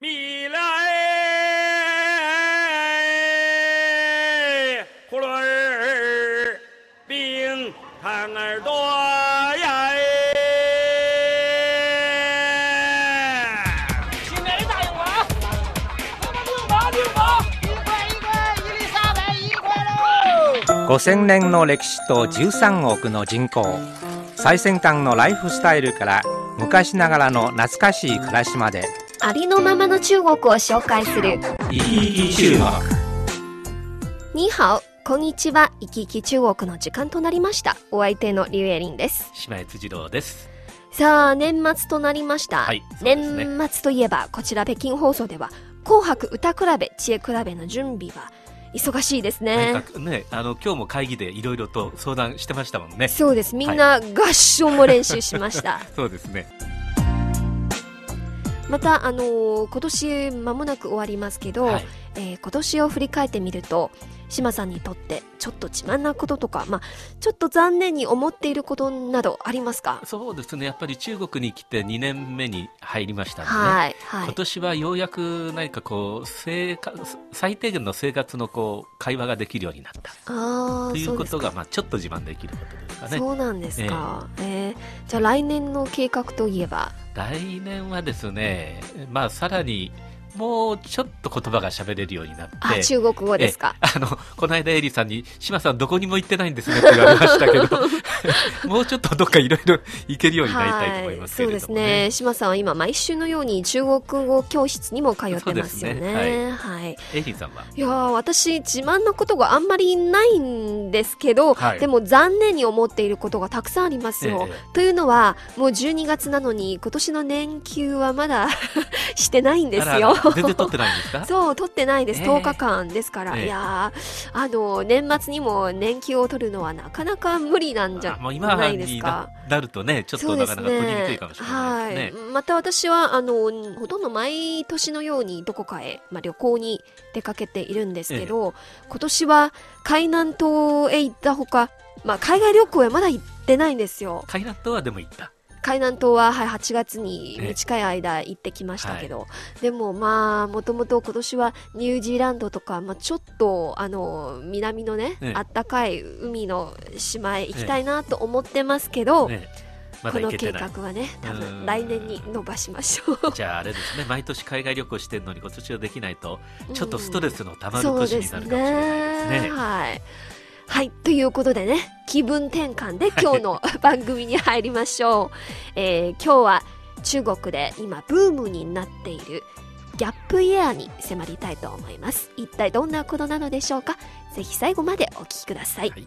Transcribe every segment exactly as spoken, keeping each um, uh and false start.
米来葫芦儿冰糖儿多呀！ 新来的大洋娃，那么六毛六毛，一块一块，一粒三百一块喽。 ごせんねんの歴史とじゅうさんおくの人口、最先端のライフスタイルから昔ながらの懐かしい暮らしまで、 ありのままの中国を紹介する生き生き中国。 に好、こんにちは。生き生き中国の時間となりました。お相手のリュウエリンです。 島江辻郎です。 さあ、年末となりました、 はい、そうですね。 年末といえばこちら北京放送では紅白歌比べ、知恵比べの準備は忙しいですね。 なんかね、あの今日も会議でいろいろと相談してましたもんね。 そうです、みんな合唱も練習しました、はい、 そうですね。 また、あのー、今年間もなく終わりますけど、はい、えー、今年を振り返ってみると、島さんにとってちょっと自慢なこととか、まあ、ちょっと残念に思っていることなどありますか？ そうですね、やっぱり中国に来てにねんめに入りましたので、ね、 はいはい、 今年はようやく何かこう生活最低限の生活のこう会話ができるようになったあということが、まあ、ちょっと自慢できることですかね。 そうなんですか、えーえー、じゃあ来年の計画といえば？ 来年はですね、まあ、さらにもうちょっと言葉が喋れるようになって。 あ、中国語ですか？ あのこの間エリさんに、島さんどこにも行ってないんですねって言われましたけどもうちょっとどっかいろいろ行けるようになりたいと思いますけれども、ね、はい、そうですね。 島さんは今毎週のように中国語教室にも通ってますよね。そうですね、はいはい、 エリさんは？ いや私自慢なことがあんまりないんですけど、はい、でも残念に思っていることがたくさんありますよ、ええ、というのはもうじゅうにがつなのに今年の年休はまだしてないんですよ。 あら全然取ってないんですか？ そう、取ってないです、えー、とおかかんですから、えー、いやあの年末にも年休を取るのはなかなか無理なんじゃないですか。 今になるとね、ちょっとなかなか取りにくいかもしれないですね。 はい、また私はあのほとんど毎年のようにどこかへ、まあ、旅行に出かけているんですけど、えー、今年は海南島へ行ったほか、まあ、海外旅行へまだ行ってないんですよ。 海南島はでも行った？ 海南島は、はい、はちがつに短い間行ってきましたけど、はい、でもまあもともと今年はニュージーランドとか、まあ、ちょっとあの南のね、ね、あったかい海の島へ行きたいなと思ってますけど、ねね、ま、この計画はね多分来年に伸ばしましょう。 じゃああれですね、毎年海外旅行してるのに今年はできないとちょっとストレスのたまる年になるかもしれないですね。 うん、はいはい、ということでね、気分転換で今日の番組に入りましょう、えー、今日は中国で今ブームになっているギャップイヤーに迫りたいと思います。一体どんなことなのでしょうか。ぜひ最後までお聞きください、はい。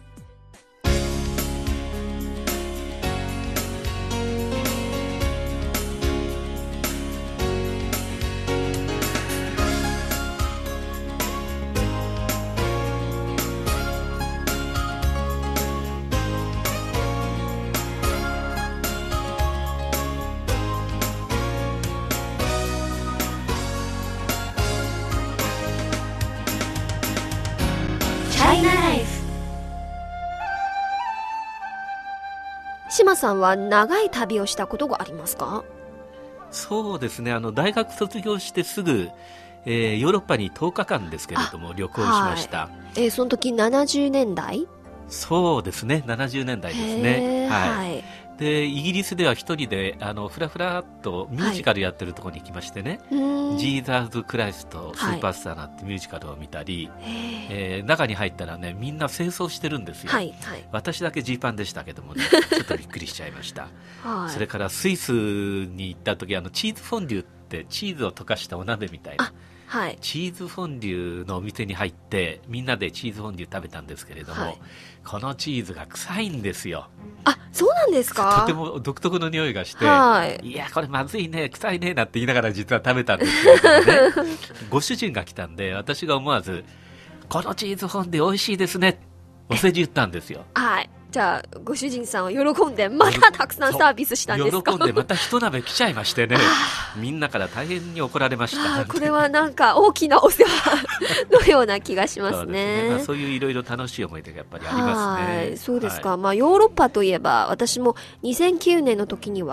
島さんは長い旅をしたことがありますか？ そうですね、あの大学卒業してすぐ、えー、ヨーロッパにとおかかんですけれども旅行しました、はい、 えー、その時ななじゅうねんだい？ そうですね、ななじゅうねんだいですね、はい、 はい、 でイギリスでは一人であのフラフラっとミュージカルやってるところに行きましてね、はい、ジーザーズ・クライスト・スーパースターなんてミュージカルを見たり、はい、えー、中に入ったらねみんな清掃してるんですよ、はいはい、私だけジーパンでしたけどもねちょっとびっくりしちゃいました、はい、それからスイスに行った時あのチーズフォンデュってチーズを溶かしたお鍋みたいな、はい、チーズフォンデュのお店に入ってみんなでチーズフォンデュ食べたんですけれども、はい、このチーズが臭いんですよ。 あ、そうなんですか？ とても独特の匂いがして、 はい、 いやこれまずいね臭いねなんて言いながら実は食べたんですけれどもねご主人が来たんで私が思わずこのチーズフォンデュ美味しいですねお世辞言ったんですよ。 はい、じゃあご主人さんは喜んでまたたくさんサービスしたんですか？ 喜んでまた一鍋来ちゃいましてねみんなから大変に怒られました。 あ、これはなんか大きなお世話のような気がしますね。そうですね、 まあ、そういういろいろ楽しい思い出がやっぱりありますね。 はい、そうですか、はい、まあ、ヨーロッパといえば私もにせんきゅうねんの時には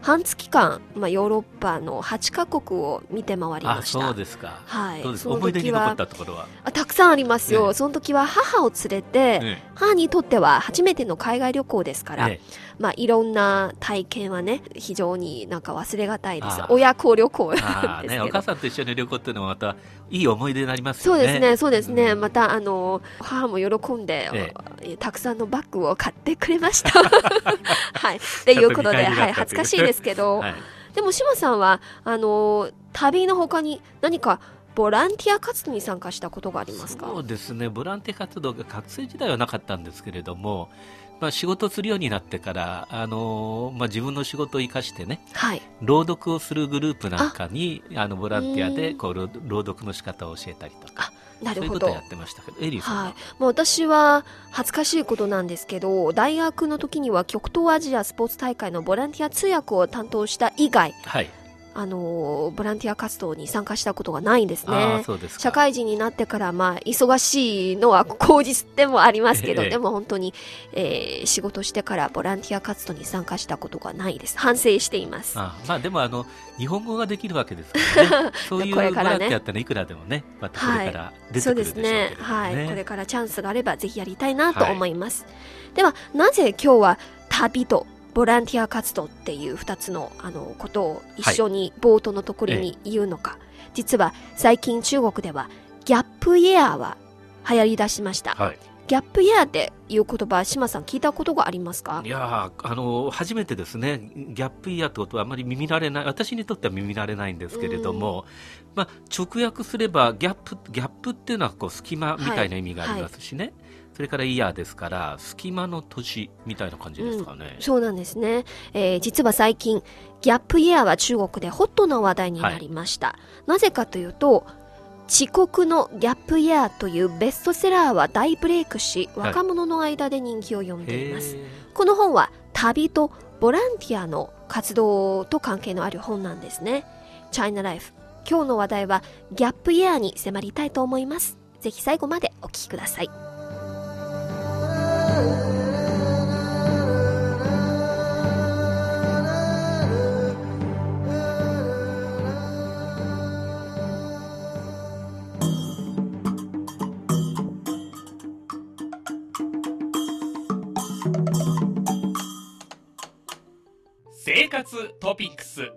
半月間、まあ、ヨーロッパのはちカ国を見て回りました。 あ、そうですか。 はい、 どうですか、思い出に残ったところは。 あ、たくさんありますよ、 ね、 その時は母を連れて、ね、母にとっては初めての海外旅行ですから、ね、まあ、いろんな体験はね非常になんか忘れがたいです。親子旅行なんですけど、 ね、お母さんと一緒に旅行っていうのはまたいい思い出になりますよね。 そうですね、そうですね、うん、またあの母も喜んで、ね、たくさんのバッグを買ってくれましたはい、ということで、はい、恥ずかしいですけど、はい、でも島さんはあの旅の他に何かボランティア活動に参加したことがありますか？ そうですね、ボランティア活動が学生時代はなかったんですけれども、まあ、仕事するようになってから、あのーまあ、自分の仕事を生かしてね、はい、朗読をするグループなんかにあのボランティアでこう朗読の仕方を教えたりとか、 なるほど、 そういうことをやってましたけど、エリーさんは、 はい、もう私は恥ずかしいことなんですけど、大学の時には極東アジアスポーツ大会のボランティア通訳を担当した以外、はい、あのボランティア活動に参加したことがないんですね。 あ、そうですか。 社会人になってから、まあ、忙しいのは口実でもありますけど、ええ、でも本当に、えー、仕事してからボランティア活動に参加したことがないです。反省しています。 あ、まあ、でもあの日本語ができるわけですからねそういうボランティアってのはいくらでもね、またこれから出てくるでしょうけどね。 はい、そうですね、はい、これからチャンスがあればぜひやりたいなと思います、はい、ではなぜ今日は旅とボランティア活動っていうふたつ の, あのことを一緒に冒頭のところに言うのか、はい、実は最近中国ではギャップイヤーは流行り出しました、はい、ギャップイヤーっていう言葉、島さん聞いたことがありますか？ いやあの初めてですね。ギャップイヤーってことはあまり耳慣れない、私にとっては耳慣れないんですけれども、まあ、直訳すればギャップギャップっていうのはこう隙間みたいな意味がありますしね、はいはい、それからイヤーですから隙間の年みたいな感じですかね、 うん、そうなんですね、えー、実は最近ギャップイヤーは中国でホットな話題になりました、はい、なぜかというと遅刻のギャップイヤーというベストセラーは大ブレイクし、若者の間で人気を呼んでいます、はい、この本は旅とボランティアの活動と関係のある本なんですね。チャイナライフ、今日の話題はギャップイヤーに迫りたいと思います。ぜひ最後までお聞きください。 生活トピックス。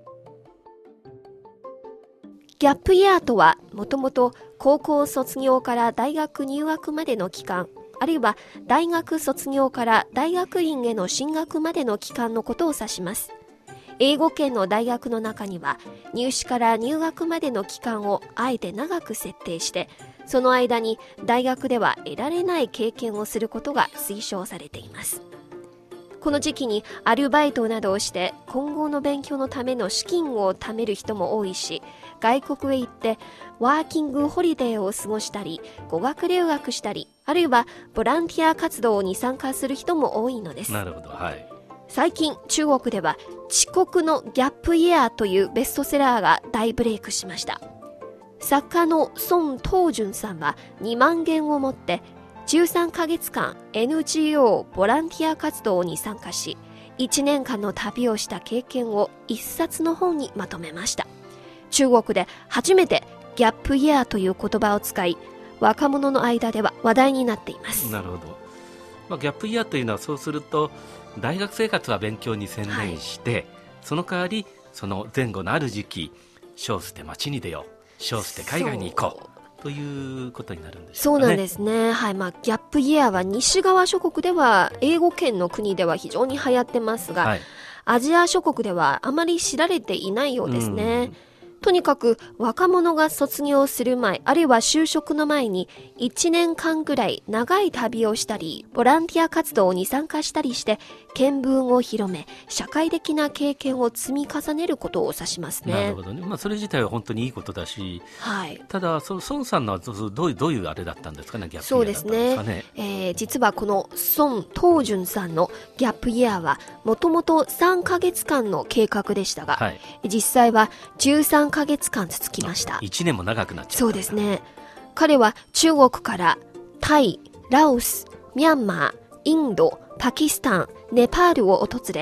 ギャップイヤーとはもともと高校卒業から大学入学までの期間、あるいは大学卒業から大学院への進学までの期間のことを指します。英語圏の大学の中には入試から入学までの期間をあえて長く設定して、その間に大学では得られない経験をすることが推奨されています。この時期にアルバイトなどをして今後の勉強のための資金を貯める人も多いし、外国へ行ってワーキングホリデーを過ごしたり、語学留学したり、あるいはボランティア活動に参加する人も多いのです。 なるほど、はい、 最近中国では遅刻のギャップイヤーというベストセラーが大ブレイクしました。作家の孫東順さんはにまんげんを持ってじゅうさんかげつかん エヌジーオー ボランティア活動に参加し、いちねんかんの旅をした経験を一冊の本にまとめました。中国で初めてギャップイヤーという言葉を使い、若者の間では話題になっています。 なるほど、まあ、ギャップイヤーというのはそうすると大学生活は勉強に専念して、はい、その代わりその前後のある時期、小捨て街に出よう、小捨て海外に行こうということになるんでしょうかね。 そうなんですね、はい、まあ、ギャップイヤーは西側諸国では英語圏の国では非常に流行ってますが、はい、アジア諸国ではあまり知られていないようですね。とにかく若者が卒業する前、あるいは就職の前にいちねんかんぐらい長い旅をしたり、ボランティア活動に参加したりして見聞を広め、社会的な経験を積み重ねることを指しますね。 なるほどね、まあ、それ自体は本当にいいことだし、 はい、 ただそ孫さんのはどういう、どういうあれだったんですかね、ギャップイヤーだったんですかね。 そうですね、えー、実はこの孫東順さんのギャップイヤーはもともとさんかげつかんの計画でしたが、はい、実際はじゅうさんかげつかん続きました。 いちねんも長くなっちゃった。 そうですね、彼は中国からタイ、ラオス、ミャンマー、インド、パキスタン、ネパールを訪れ、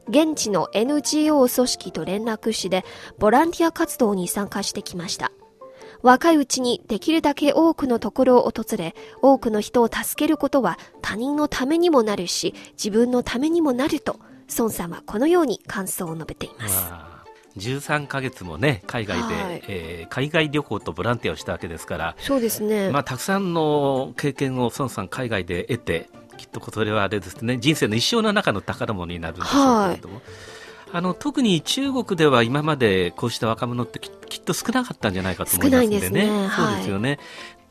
現地の エヌジーオー 組織と連絡してボランティア活動に参加してきました。若いうちにできるだけ多くのところを訪れ、多くの人を助けることは他人のためにもなるし、自分のためにもなると、孫さんはこのように感想を述べています。 じゅうさんかげつもね、海外で、はい、えー、海外旅行とボランティアをしたわけですから、 そうですね。 まあ、たくさんの経験を孫さん海外で得て、きっとそれはあれですね、人生の一生の中の宝物になるんでしょうけれども、はい、あの特に中国では今までこうした若者ってき、きっと少なかったんじゃないかと思いますのでね。 少ないですね。 そうですよね。はい、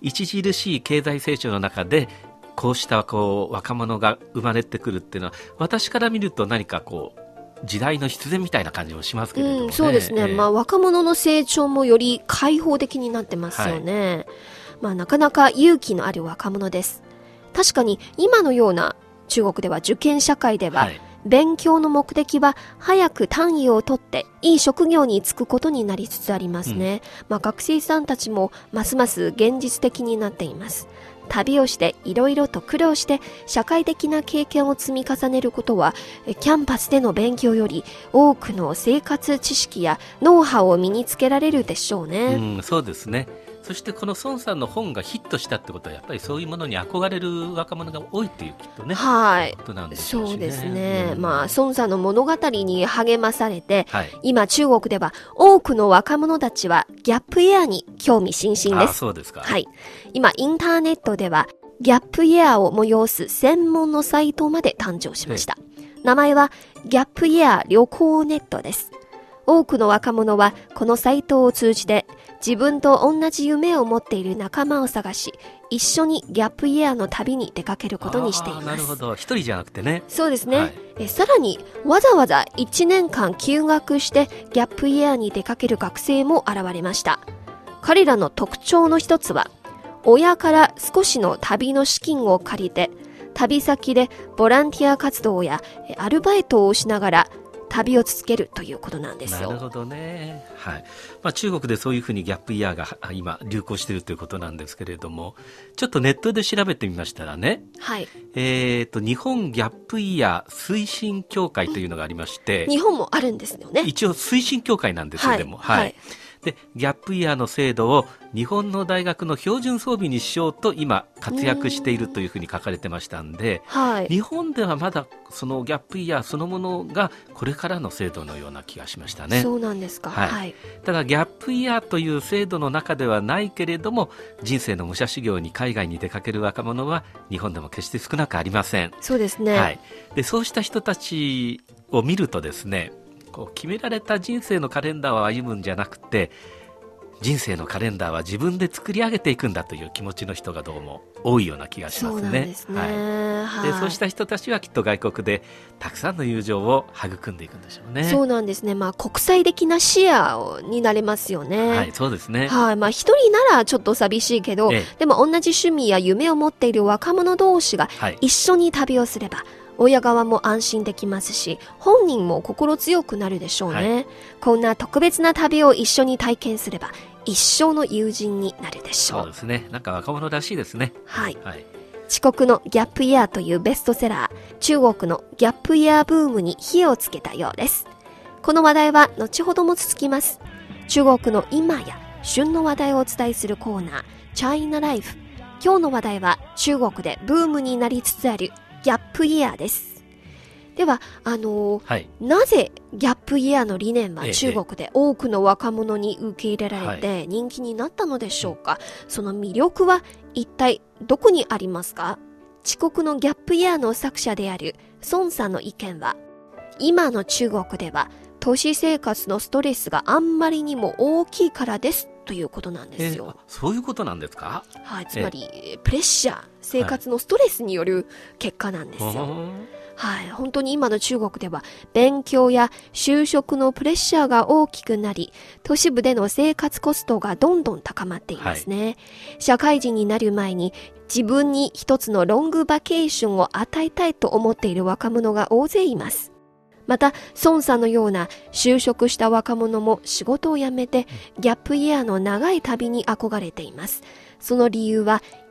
著しい経済成長の中でこうしたこう若者が生まれてくるっていうのは、私から見ると何かこう時代の必然みたいな感じもしますけれどもね。 うん、そうですね、えーまあ、若者の成長もより開放的になってますよね。はい、まあ、なかなか勇気のある若者です。確かに今のような中国では受験社会では、はい、勉強の目的は早く単位を取っていい職業に就くことになりつつありますね。うん、まあ、学生さんたちもますます現実的になっています。旅をしていろいろと苦労して社会的な経験を積み重ねることは、キャンパスでの勉強より多くの生活知識やノウハウを身につけられるでしょうね。 うん、そうですね。そしてこの孫さんの本がヒットしたってことは、やっぱりそういうものに憧れる若者が多いっていうきっとね、 はい、 ことなんでしょうしね。 そうですね。うん、まあ孫さんの物語に励まされて、はい、今中国では多くの若者たちはギャップイヤーに興味津々です。 あ、そうですか。 はい。今インターネットではギャップイヤーを催す専門のサイトまで誕生しました。名前はギャップイヤー旅行ネットです。多くの若者はこのサイトを通じて自分と同じ夢を持っている仲間を探し、一緒にギャップイヤーの旅に出かけることにしています。 なるほど。一人じゃなくてね。 そうですね。 はい、 えさらにわざわざいちねんかん休学してギャップイヤーに出かける学生も現れました。彼らの特徴の一つは、親から少しの旅の資金を借りて、旅先でボランティア活動やアルバイトをしながら旅を続けるということなんですよ。 なるほどね。はい。まあ、中国でそういうふうにギャップイヤーが今流行しているということなんですけれども、ちょっとネットで調べてみましたらね、 はい、 えーと、日本ギャップイヤー推進協会というのがありまして、 日本もあるんですよね。 一応推進協会なんですよ、はい、でも、はいはい、でギャップイヤーの制度を日本の大学の標準装備にしようと今活躍しているというふうに書かれてましたんで、 はい、 日本ではまだそのギャップイヤーそのものがこれからの制度のような気がしましたね。 そうなんですか。 はいはい、 ただギャップイヤーという制度の中ではないけれども、人生の武者修行に海外に出かける若者は日本でも決して少なくありません。 そうですね。 はい、でそうした人たちを見るとですね、こう決められた人生のカレンダーを歩むんじゃなくて、人生のカレンダーは自分で作り上げていくんだという気持ちの人がどうも多いような気がしますね。 そうなんですね。 はいはい、でそうした人たちはきっと外国でたくさんの友情を育んでいくんでしょうね。 そうなんですね。まあ、国際的な視野になれますよね。 はい、そうですね。 はい、まあ、一人ならちょっと寂しいけど、ええ、でも同じ趣味や夢を持っている若者同士が一緒に旅をすれば、はい、親側も安心できますし、本人も心強くなるでしょうね。はい、こんな特別な旅を一緒に体験すれば一生の友人になるでしょう。 そうですね。なんか若者らしいですね。 はい。 はい、 遅刻のギャップイヤーというベストセラー、中国のギャップイヤーブームに火をつけたようです。この話題は後ほども続きます。中国の今や旬の話題をお伝えするコーナー、チャイナライフ。今日の話題は中国でブームになりつつあるギャップイヤーです。では、あのーはい、なぜギャップイヤーの理念は中国で多くの若者に受け入れられて人気になったのでしょうか。その魅力は一体どこにありますか。遅刻のギャップイヤーの作者である孫さんの意見は、今の中国では都市生活のストレスがあんまりにも大きいからですということなんですよ。 そういうことなんですか。 はい、つまりプレッシャー、生活のストレスによる結果なんですよ。はいはい、本当に今の中国では勉強や就職のプレッシャーが大きくなり、都市部での生活コストがどんどん高まっていますね。はい、社会人になる前に自分に一つのロングバケーションを与えたいと思っている若者が大勢います。また孫さんのような就職した若者も仕事を辞めてギャップイヤーの長い旅に憧れています。その理由は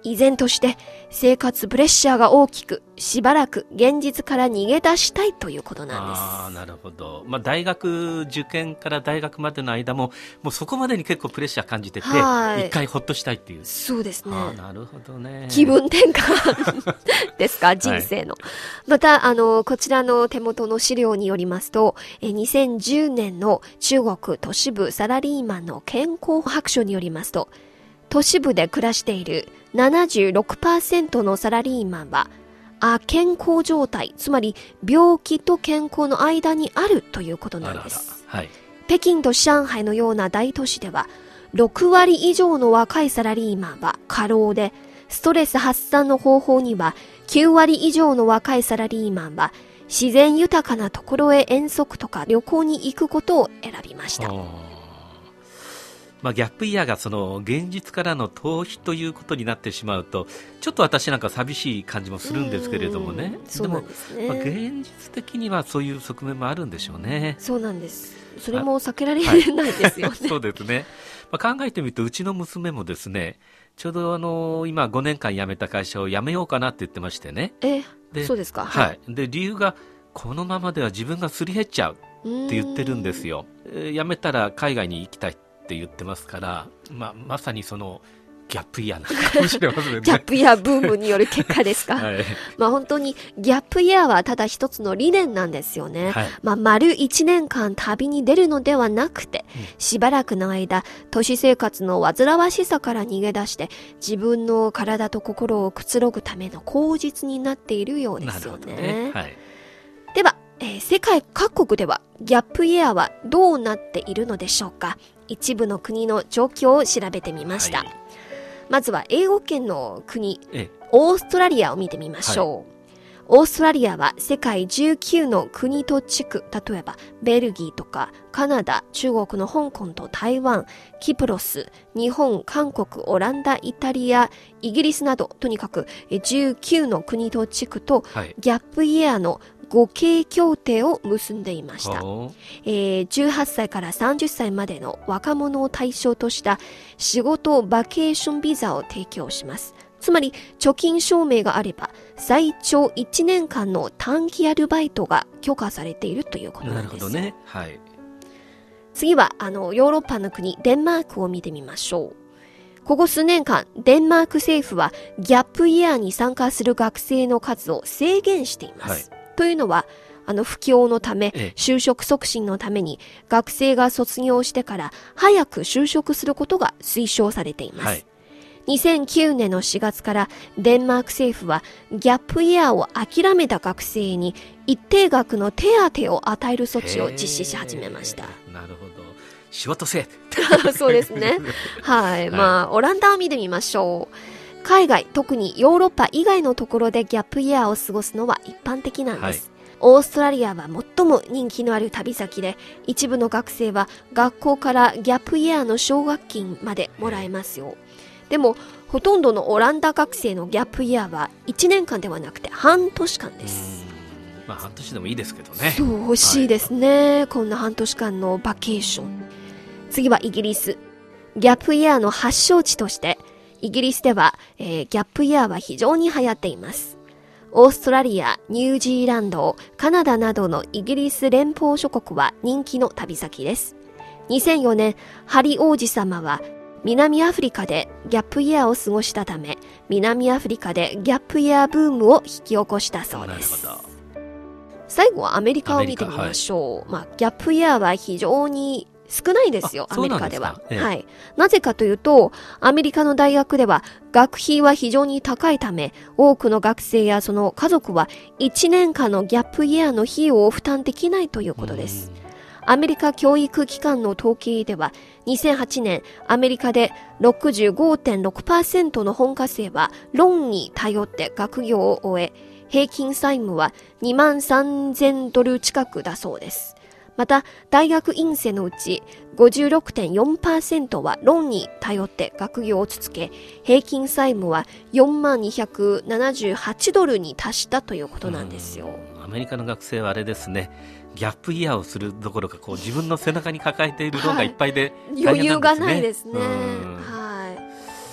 依然として生活プレッシャーが大きく、しばらく現実から逃げ出したいということなんです。 あー、なるほど。まあ、大学受験から大学までの間ももうそこまでに結構プレッシャー感じてて、一回ほっとしたいっていう。 そうですね。 あ、なるほどね。 気分転換ですか、人生の。はい、また、あの、こちらの手元の資料によりますと、えにせんじゅうねんの中国都市部サラリーマンの健康白書によりますと、都市部で暮らしている ななじゅうろくパーセント のサラリーマンは、あ健康状態、つまり病気と健康の間にあるということなんです。 あらら、はい、 北京と上海のような大都市では、ろくわり以上の若いサラリーマンは過労で、ストレス発散の方法にはきゅうわり以上の若いサラリーマンは自然豊かなところへ遠足とか旅行に行くことを選びました。 まあ、ギャップイヤーがその現実からの逃避ということになってしまうと、ちょっと私なんか寂しい感じもするんですけれどもね。 そうなんですね。 でも、まあ、現実的にはそういう側面もあるんでしょうね。 そうなんです。それも避けられないですよね。 はい、そうですね。まあ、考えてみるとうちの娘もですね、ちょうどあの今ごねんかん辞めた会社を辞めようかなって言ってましてね。 えでそうですか。 はい、はい、で理由がこのままでは自分がすり減っちゃうって言ってるんですよ。えー、辞めたら海外に行きたいって言ってますから、まあ、まさにそのギャップイヤーなのかもしれませんね。 ギャップイヤーブームによる結果ですか。はい、まあ本当にギャップイヤーはただ一つの理念なんですよね。はい、まあ丸一年間旅に出るのではなくて、うん、しばらくの間都市生活の煩わしさから逃げ出して自分の体と心をくつろぐための口実になっているようですよ ね, ね、はい、では、えー、世界各国ではギャップイヤーはどうなっているのでしょうか。一部の国の状況を調べてみました。はい、まずは英語圏の国、オーストラリアを見てみましょう。はい、オーストラリアは世界じゅうきゅうの国と地区、例えばベルギーとかカナダ、中国の香港と台湾、キプロス、日本、韓国、オランダ、イタリア、イギリスなど、とにかくじゅうきゅうの国と地区とギャップイヤーの互恵協定を結んでいました。えー、じゅうはっさいからさんじゅっさいまでの若者を対象とした仕事バケーションビザを提供します。つまり貯金証明があれば最長いちねんかんの短期アルバイトが許可されているということなんです。なるほどね。はい、次はあのヨーロッパの国デンマークを見てみましょう。ここ数年間デンマーク政府はギャップイヤーに参加する学生の数を制限しています。はい、というのはあの不況のため、就職促進のために学生が卒業してから早く就職することが推奨されています。はい、にせんきゅうねんのしがつからデンマーク政府はギャップイヤーを諦めた学生に一定額の手当を与える措置を実施し始めました。 なるほど。仕事せそうですね。はい。まあ、オランダを見てみましょう。海外、特にヨーロッパ以外のところでギャップイヤーを過ごすのは一般的なんです。はい、オーストラリアは最も人気のある旅先で、一部の学生は学校からギャップイヤーの奨学金までもらえますよ。でも、ほとんどのオランダ学生のギャップイヤーはいちねんかんではなくて半年間です。 まあ半年でもいいですけどね。 そう、欲しいですね。はい、こんな半年間のバケーション。次はイギリス。ギャップイヤーの発祥地として、イギリスでは、えー、ギャップイヤーは非常に流行っています。オーストラリア、ニュージーランド、カナダなどのイギリス連邦諸国は人気の旅先です。にせんよねん、ハリ王子様は南アフリカでギャップイヤーを過ごしたため、南アフリカでギャップイヤーブームを引き起こしたそうです。最後はアメリカを見てみましょう。はい、まあ、ギャップイヤーは非常に少ないですよ、アメリカでは。ええ、はい。なぜかというと、アメリカの大学では学費は非常に高いため、多くの学生やその家族はいちねんかんのギャップイヤーの費用を負担できないということです。アメリカ教育機関の統計では、にせんはちねん、アメリカで ろくじゅうごてんろくパーセント の本科生はローンに頼って学業を終え、平均債務はにまんさんぜんドル近くだそうです。また、大学院生のうち ごじゅうろくてんよんパーセント はローンに頼って学業を続け、平均債務はよんまんにひゃくななじゅうはちドルに達したということなんですよ。 アメリカの学生はあれですね、ギャップイヤーをするどころかこう自分の背中に抱えているローンがいっぱいで大変なんですね。 はい、余裕がないですね。はい。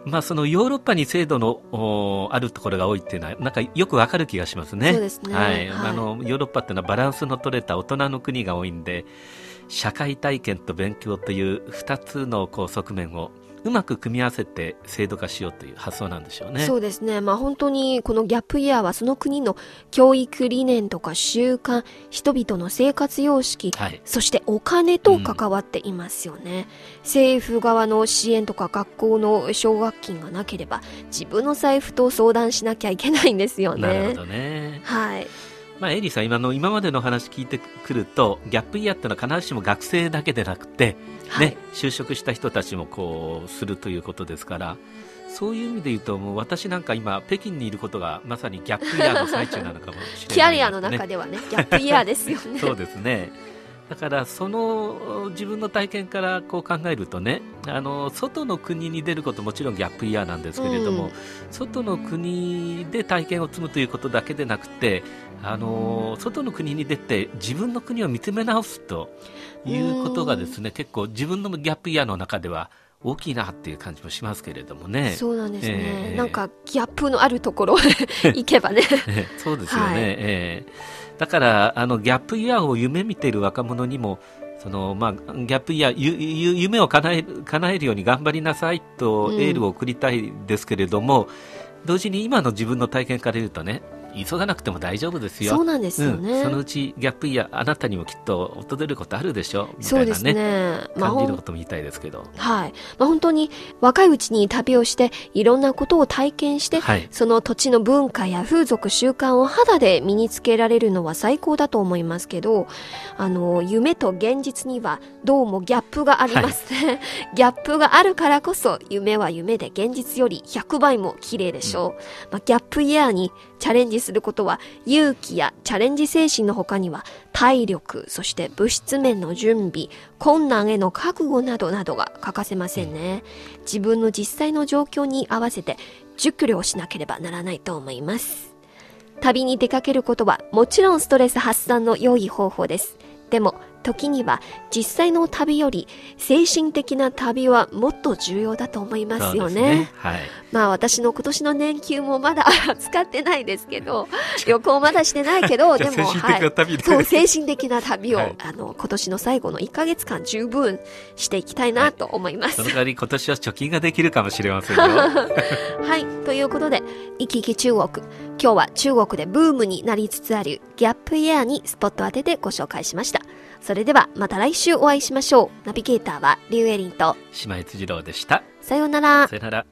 まあ、そのヨーロッパに制度のあるところが多いっていうのはなんかよくわかる気がしますね。 そうですね、 はいはい、 あのヨーロッパっていうのはバランスの取れた大人の国が多いんで、社会体験と勉強というふたつのこう側面をうまく組み合わせて制度化しようという発想なんでしょうね。 そうですね、まあ、本当にこのギャップイヤーはその国の教育理念とか習慣、人々の生活様式、はい、そしてお金と関わっていますよね、うん、政府側の支援とか学校の奨学金がなければ自分の財布と相談しなきゃいけないんですよね。 なるほどね。 はい。 まあ、エリーさん 今の今までの話聞いてくると、ギャップイヤーってのは必ずしも学生だけでなくて、はいね、就職した人たちもこうするということですから、そういう意味で言うともう私なんか今北京にいることがまさにギャップイヤーの最中なのかもしれない、ね、 キャリアの中ではねギャップイヤーですよね。 そうですね。だからその自分の体験からこう考えるとね、あの外の国に出ることもちろんギャップイヤーなんですけれども、うん、外の国で体験を積むということだけでなくて、あの外の国に出て自分の国を見つめ直すということがですね、結構自分のギャップイヤーの中では大きいなっていう感じもしますけれどもね。 そうなんですね、 えー、 なんかギャップのあるところ行けばねそうですよね、 はい、 えー、だからあのギャップイヤーを夢見ている若者にもその、まあ、ギャップイヤーゆゆ夢を叶える、叶えるように頑張りなさいとエールを送りたいですけれども、うん、同時に今の自分の体験から言うとね、急がなくても大丈夫ですよ。 そうなんですよね、 うん、そのうちギャップイヤーあなたにもきっと訪れることあるでしょみたいな、ね、 そうですね、 まあ、感じることも言いたいですけど、 はい、まあ、本当に若いうちに旅をしていろんなことを体験して、はい、その土地の文化や風俗習慣を肌で身につけられるのは最高だと思いますけど、あの夢と現実にはどうもギャップがありますね、はい、ギャップがあるからこそ夢は夢で現実よりひゃくばいも綺麗でしょう、うん、まあ、ギャップイヤーにチャレンジすることは勇気やチャレンジ精神の他には体力、そして物質面の準備、困難への覚悟などなどが欠かせませんね。自分の実際の状況に合わせて熟慮しなければならないと思います。旅に出かけることはもちろんストレス発散の良い方法です。でも時には実際の旅より精神的な旅はもっと重要だと思いますよ ね, ね、はい、まあ私の今年の年給もまだ使ってないですけど旅行まだしてないけどでも精神的な旅、 はい、そう精神的な旅を、はい、あの今年の最後のいっかげつかん十分していきたいなと思います、 はい、その代わり今年は貯金ができるかもしれませんよはいということでイキイキ中国、今日は中国でブームになりつつあるギャップイヤーにスポット当ててご紹介しました。それではまた来週お会いしましょう。ナビゲーターはリュウエリンと島井辻郎でした。 さようなら。 さようなら。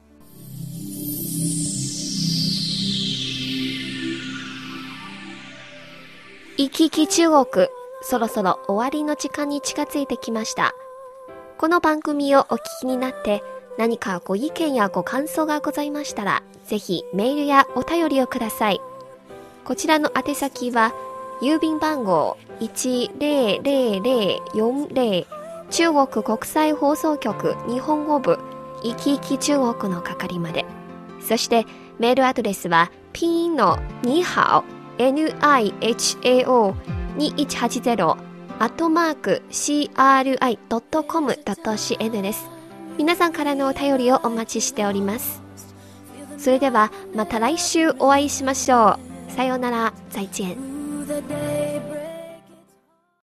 イキイキ中国、そろそろ終わりの時間に近づいてきました。この番組をお聞きになって何かご意見やご感想がございましたら、ぜひメールやお便りをください。こちらの宛先は郵便番号 いちぜろぜろよんぜろ 中国国際放送局日本語部イキイキ中国の係まで。そしてメールアドレスはピンインのにハオ エヌアイエイチエーオーにいちはちゼロ アットマーク シーアールアイドットコムドットシーエヌ です。皆さんからのお便りをお待ちしております。それではまた来週お会いしましょう。さようなら、再见。